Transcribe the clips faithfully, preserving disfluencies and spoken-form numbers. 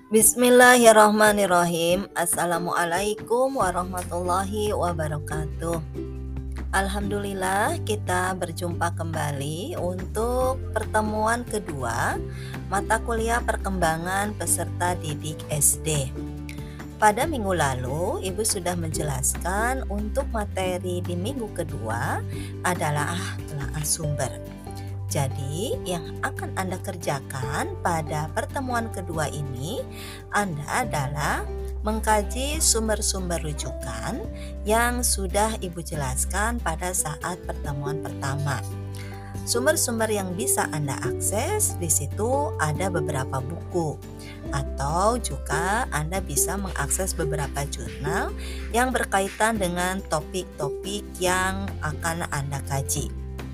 Bismillahirrahmanirrahim. Assalamualaikum warahmatullahi wabarakatuh. Alhamdulillah kita berjumpa kembali untuk pertemuan kedua mata kuliah perkembangan peserta didik S D. Pada minggu lalu, Ibu sudah menjelaskan untuk materi di minggu kedua adalah telaah sumber. Jadi, yang akan Anda kerjakan pada pertemuan kedua ini, Anda adalah mengkaji sumber-sumber rujukan yang sudah Ibu jelaskan pada saat pertemuan pertama. Sumber-sumber yang bisa Anda akses di situ ada beberapa buku, atau juga Anda bisa mengakses beberapa jurnal yang berkaitan dengan topik-topik yang akan Anda kaji.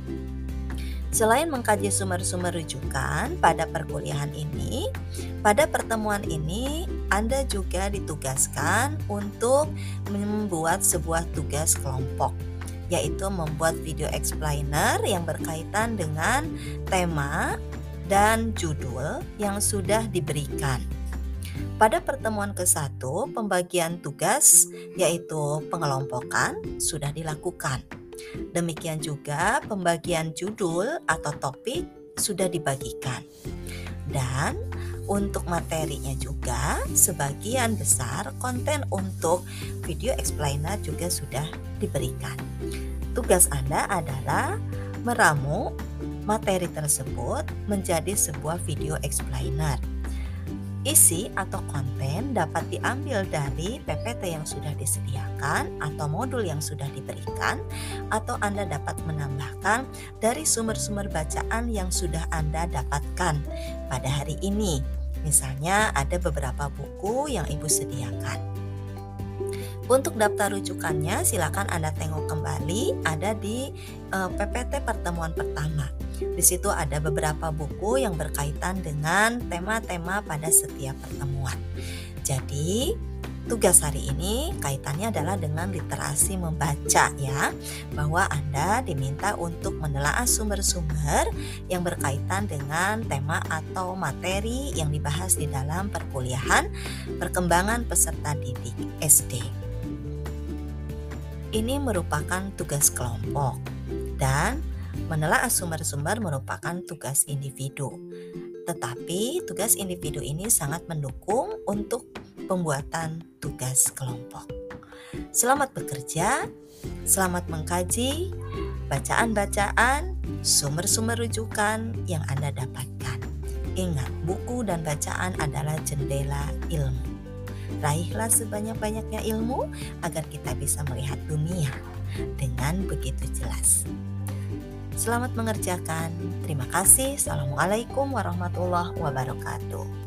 Selain mengkaji sumber-sumber rujukan pada perkuliahan ini, pada pertemuan ini Anda juga ditugaskan untuk membuat sebuah tugas kelompok, yaitu membuat video explainer yang berkaitan dengan tema dan judul yang sudah diberikan. Pada pertemuan ke satu, pembagian tugas yaitu pengelompokan sudah dilakukan. Demikian juga pembagian judul atau topik sudah dibagikan. Dan untuk materinya juga sebagian besar konten untuk video explainer juga sudah diberikan. Tugas Anda adalah meramu materi tersebut menjadi sebuah video explainer. Isi atau konten dapat diambil dari P P T yang sudah disediakan atau modul yang sudah diberikan, atau Anda dapat menambahkan dari sumber-sumber bacaan yang sudah Anda dapatkan pada hari ini. Misalnya ada beberapa buku yang Ibu sediakan. Untuk daftar rujukannya silakan Anda tengok kembali, ada di uh, P P T pertemuan pertama. Di situ ada beberapa buku yang berkaitan dengan tema-tema pada setiap pertemuan. Jadi, tugas hari ini kaitannya adalah dengan literasi membaca ya, bahwa Anda diminta untuk menelaah sumber-sumber yang berkaitan dengan tema atau materi yang dibahas di dalam perkuliahan perkembangan peserta didik S D. Ini merupakan tugas kelompok dan menelaah sumber-sumber merupakan tugas individu. Tetapi tugas individu ini sangat mendukung untuk pembuatan tugas kelompok. Selamat bekerja, selamat mengkaji bacaan-bacaan, sumber-sumber rujukan yang Anda dapatkan. Ingat, buku dan bacaan adalah jendela ilmu. Raihlah sebanyak-banyaknya ilmu agar kita bisa melihat dunia dengan begitu jelas. Selamat mengerjakan. Terima kasih. Assalamualaikum warahmatullahi wabarakatuh.